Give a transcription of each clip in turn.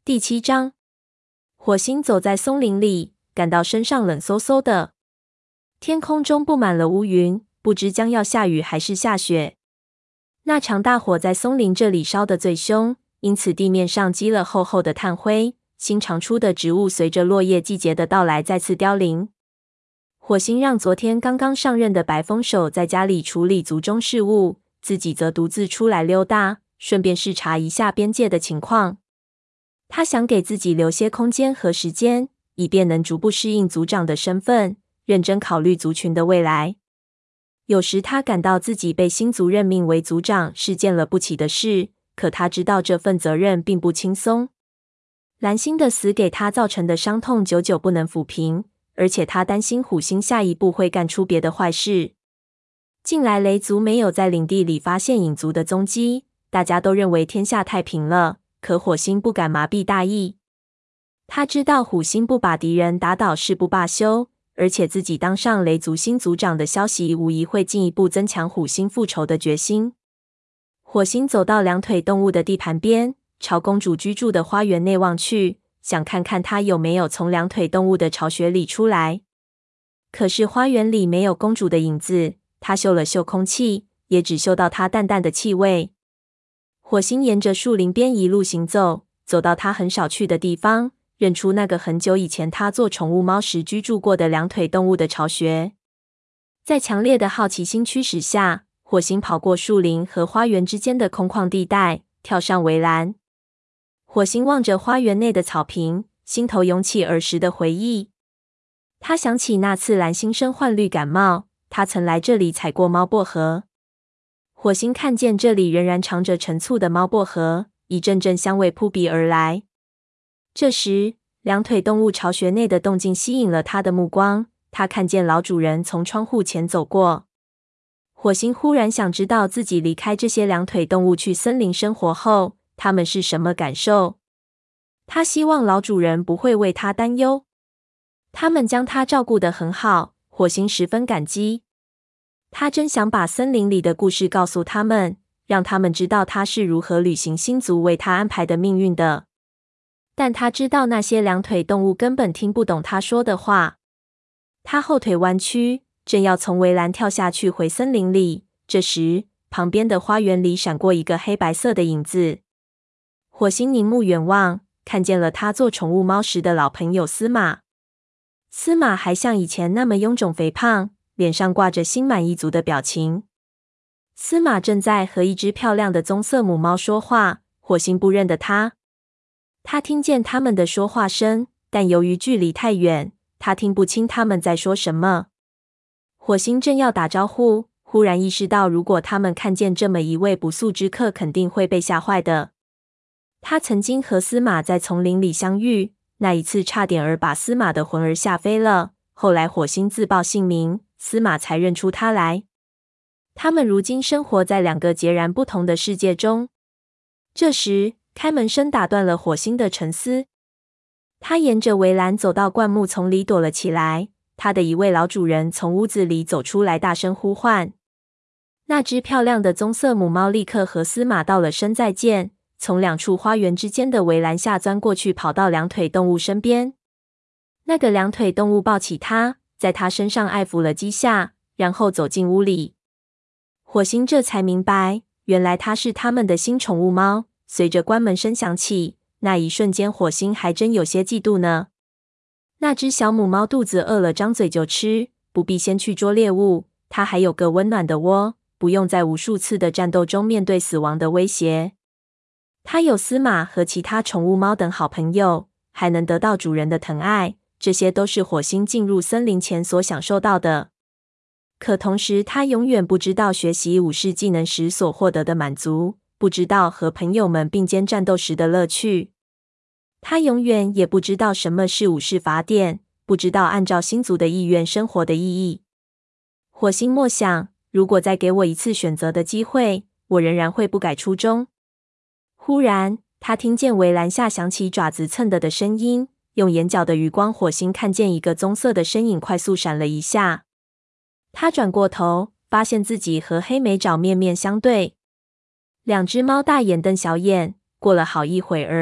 第7章，火星走在松林里，感到身上冷飕飕的。天空中布满了乌云，不知将要下雨还是下雪。那场大火在松林这里烧得最凶，因此地面上积了厚厚的炭灰，新长出的植物随着落叶季节的到来再次凋零。火星让昨天刚刚上任的白风手在家里处理族中事务，自己则独自出来溜达，顺便视察一下边界的情况。他想给自己留些空间和时间，以便能逐步适应族长的身份，认真考虑族群的未来。有时他感到自己被新族任命为族长是件了不起的事，可他知道这份责任并不轻松。蓝星的死给他造成的伤痛久久不能抚平，而且他担心虎星下一步会干出别的坏事。近来雷族没有在领地里发现影族的踪迹，大家都认为天下太平了。可火星不敢麻痹大意，他知道虎星不把敌人打倒誓不罢休，而且自己当上雷族新族长的消息无疑会进一步增强虎星复仇的决心。火星走到两腿动物的地盘边，朝公主居住的花园内望去，想看看她有没有从两腿动物的巢穴里出来。可是花园里没有公主的影子，他嗅了嗅空气，也只嗅到她淡淡的气味。火星沿着树林边一路行走，走到他很少去的地方，认出那个很久以前他做宠物猫时居住过的两腿动物的巢穴。在强烈的好奇心驱使下，火星跑过树林和花园之间的空旷地带，跳上围栏。火星望着花园内的草坪，心头涌起儿时的回忆。他想起那次蓝星生患绿感冒，他曾来这里采过猫薄荷。火星看见这里仍然藏着陈醋的猫薄荷，一阵阵香味扑鼻而来。这时，两腿动物巢穴内的动静吸引了他的目光，他看见老主人从窗户前走过。火星忽然想知道自己离开这些两腿动物去森林生活后，他们是什么感受。他希望老主人不会为他担忧。他们将他照顾得很好，火星十分感激。他真想把森林里的故事告诉他们，让他们知道他是如何履行星族为他安排的命运的。但他知道那些两腿动物根本听不懂他说的话。他后腿弯曲，正要从围栏跳下去回森林里，这时旁边的花园里闪过一个黑白色的影子。火星凝目远望，看见了他做宠物猫时的老朋友司马。司马还像以前那么臃肿肥胖，脸上挂着心满意足的表情。司马正在和一只漂亮的棕色母猫说话，火星不认得它。他听见他们的说话声，但由于距离太远，他听不清他们在说什么。火星正要打招呼，忽然意识到如果他们看见这么一位不速之客，肯定会被吓坏的。他曾经和司马在丛林里相遇，那一次差点儿把司马的魂儿吓飞了。后来火星自报姓名，司马才认出他来。他们如今生活在两个截然不同的世界中。这时，开门声打断了火星的沉思。他沿着围栏走到灌木丛里躲了起来。他的一位老主人从屋子里走出来，大声呼唤。那只漂亮的棕色母猫立刻和司马道了声再见，从两处花园之间的围栏下钻过去，跑到两腿动物身边。那个两腿动物抱起它，在它身上爱抚了几下，然后走进屋里。火星这才明白，原来它是他们的新宠物猫。随着关门声响起，那一瞬间火星还真有些嫉妒呢。那只小母猫肚子饿了，张嘴就吃，不必先去捉猎物，它还有个温暖的窝，不用在无数次的战斗中面对死亡的威胁。它有司马和其他宠物猫等好朋友，还能得到主人的疼爱，这些都是火星进入森林前所享受到的。可同时，他永远不知道学习武士技能时所获得的满足，不知道和朋友们并肩战斗时的乐趣。他永远也不知道什么是武士法典，不知道按照星族的意愿生活的意义。火星默想，如果再给我一次选择的机会，我仍然会不改初衷。忽然，他听见围栏下响起爪子蹭的声音，用眼角的余光，火星看见一个棕色的身影快速闪了一下。他转过头，发现自己和黑莓爪面面相对。两只猫大眼瞪小眼，过了好一会儿，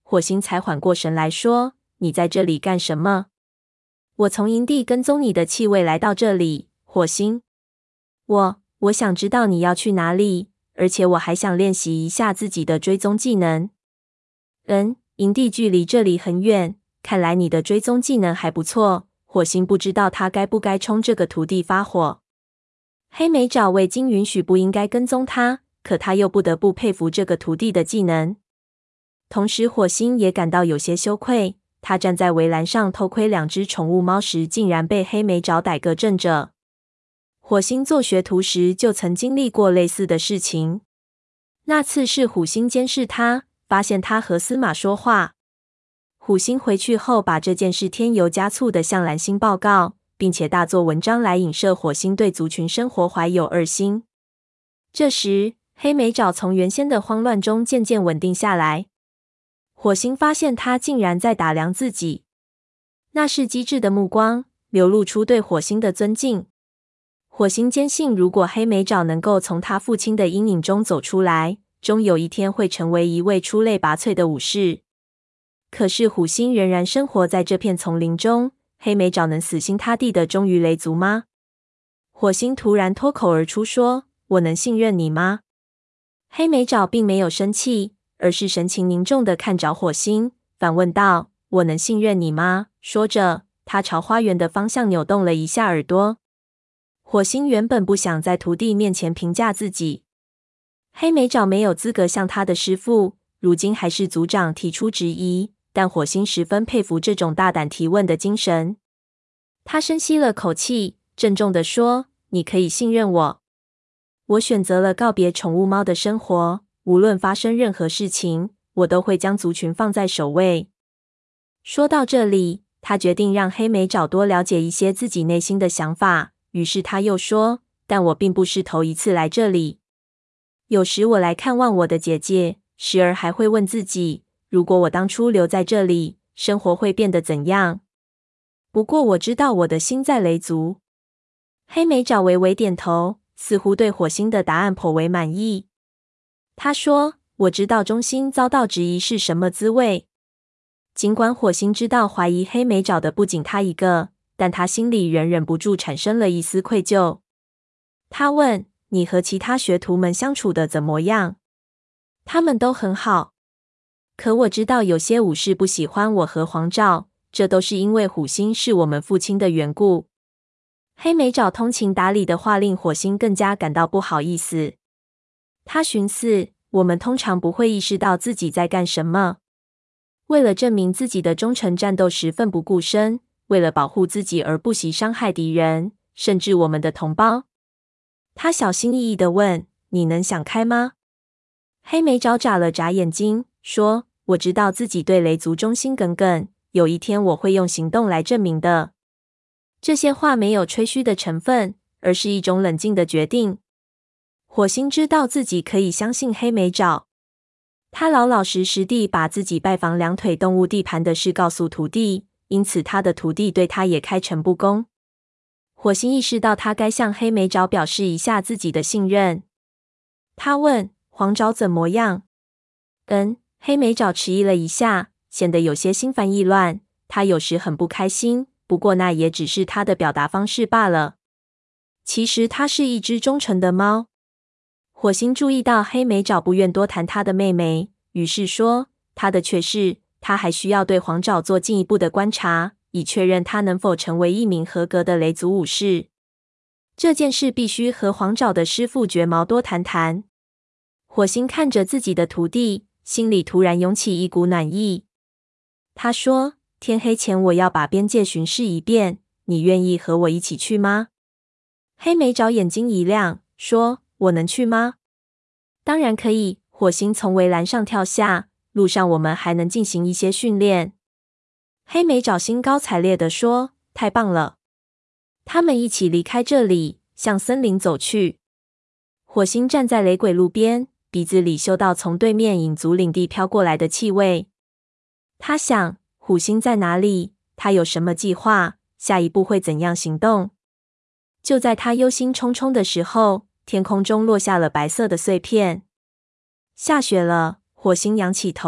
火星才缓过神来说：“你在这里干什么？”“我从营地跟踪你的气味来到这里。”火星，我想知道你要去哪里，而且我还想练习一下自己的追踪技能。营地距离这里很远，看来你的追踪技能还不错。火星不知道他该不该冲这个徒弟发火。黑莓爪未经允许不应该跟踪他，可他又不得不佩服这个徒弟的技能。同时火星也感到有些羞愧，他站在围栏上偷窥2只宠物猫时，竟然被黑莓爪逮个正着。火星做学徒时就曾经历过类似的事情，那次是虎星监视他，发现他和司马说话。虎星回去后把这件事添油加醋地向蓝星报告，并且大做文章来影射火星对族群生活怀有二心。这时黑莓爪从原先的慌乱中渐渐稳定下来。火星发现他竟然在打量自己，那是机智的目光，流露出对火星的尊敬。火星坚信，如果黑莓爪能够从他父亲的阴影中走出来，终有一天会成为一位出类拔萃的武士。可是虎星仍然生活在这片丛林中，黑莓爪能死心塌地地忠于雷族吗？火星突然脱口而出说：“我能信任你吗？”黑莓爪并没有生气，而是神情凝重地看着火星，反问道：“我能信任你吗？”说着，他朝花园的方向扭动了一下耳朵。火星原本不想在徒弟面前评价自己，黑莓爪没有资格向他的师父，如今还是族长提出质疑，但火星十分佩服这种大胆提问的精神。他深吸了口气，郑重地说：“你可以信任我。我选择了告别宠物猫的生活，无论发生任何事情，我都会将族群放在首位。”说到这里，他决定让黑莓爪多了解一些自己内心的想法。于是他又说：“但我并不是头一次来这里。有时我来看望我的姐姐，时而还会问自己，如果我当初留在这里，生活会变得怎样？不过我知道我的心在雷族。”黑莓爪微微点头，似乎对火星的答案颇为满意。他说：“我知道忠心遭到质疑是什么滋味。”尽管火星知道怀疑黑莓爪的不仅他一个，但他心里仍忍不住产生了一丝愧疚。他问：“你和其他学徒们相处的怎么样？”“他们都很好。可我知道有些武士不喜欢我和黄爪，这都是因为虎星是我们父亲的缘故。”黑莓爪通情达理的话令火星更加感到不好意思。他寻思，我们通常不会意识到自己在干什么。为了证明自己的忠诚战斗时奋不顾身，为了保护自己而不惜伤害敌人，甚至我们的同胞。他小心翼翼地问：“你能想开吗？”黑莓爪眨了眨眼睛，说：“我知道自己对雷族忠心耿耿，有一天我会用行动来证明的。”这些话没有吹嘘的成分，而是一种冷静的决定。火星知道自己可以相信黑莓爪，他老老实实地把自己拜访两腿动物地盘的事告诉徒弟，因此他的徒弟对他也开诚布公。火星意识到他该向黑莓爪表示一下自己的信任。他问：“黄爪怎么样？”黑莓爪迟疑了一下，显得有些心烦意乱。他有时很不开心，不过那也只是他的表达方式罢了。其实它是一只忠诚的猫。火星注意到黑莓爪不愿多谈他的妹妹，于是说：“他的却是，他还需要对黄爪做进一步的观察，以确认他能否成为一名合格的雷族武士。这件事必须和黄爪的师父绝毛多谈谈。”火星看着自己的徒弟，心里突然涌起一股暖意。他说：“天黑前我要把边界巡视一遍，你愿意和我一起去吗？”黑莓爪眼睛一亮，说：“我能去吗？”“当然可以。”火星从围栏上跳下，路上我们还能进行一些训练。黑莓爪兴高采烈地说：“太棒了！”他们一起离开这里，向森林走去。火星站在雷鬼路边，鼻子里嗅到从对面影族领地飘过来的气味。他想，虎星在哪里？他有什么计划？下一步会怎样行动？就在他忧心忡忡的时候，天空中落下了白色的碎片。下雪了，火星仰起头，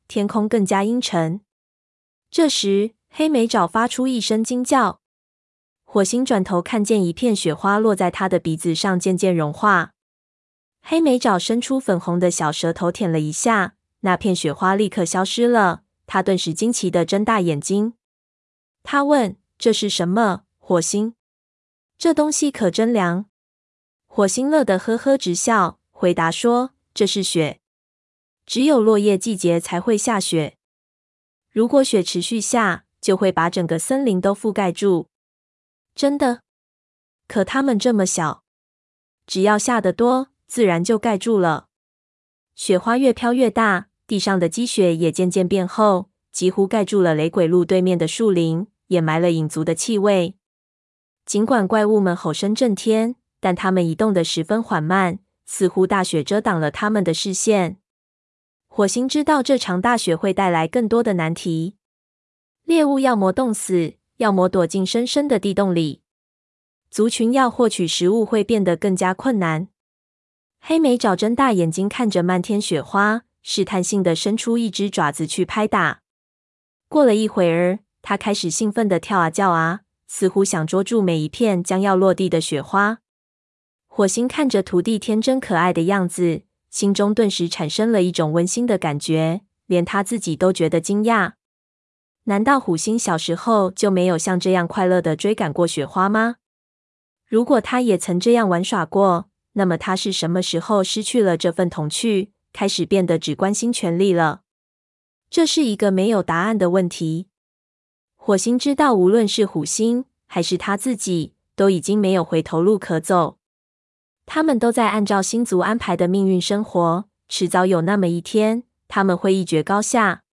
天空更加阴沉。这时，黑莓爪发出一声惊叫。火星转头看见一片雪花落在他的鼻子上，渐渐融化。黑莓爪伸出粉红的小舌头舔了一下，那片雪花立刻消失了。他顿时惊奇地睁大眼睛。他问：“这是什么？”火星：“这东西可真凉。”火星乐得呵呵直笑，回答说：“这是雪。只有落叶季节才会下雪。如果雪持续下，就会把整个森林都覆盖住。”真的？可它们这么小，只要下得多，自然就盖住了。雪花越飘越大，地上的积雪也渐渐变厚，几乎盖住了雷鬼路对面的树林，掩埋了影族的气味。尽管怪物们吼声震天，但它们移动得十分缓慢，似乎大雪遮挡了它们的视线。火星知道这场大雪会带来更多的难题，猎物要么冻死，要么躲进深深的地洞里。族群要获取食物会变得更加困难。黑莓爪睁大眼睛看着漫天雪花，试探性地伸出一只爪子去拍打。过了一会儿，它开始兴奋地跳啊叫啊，似乎想捉住每一片将要落地的雪花。火星看着徒弟天真可爱的样子，心中顿时产生了一种温馨的感觉，连他自己都觉得惊讶。难道虎星小时候就没有像这样快乐地追赶过雪花吗？如果他也曾这样玩耍过，那么他是什么时候失去了这份童趣，开始变得只关心权力了？这是一个没有答案的问题。火星知道，无论是虎星还是他自己，都已经没有回头路可走。他们都在按照星族安排的命运生活，迟早有那么一天，他们会一决高下。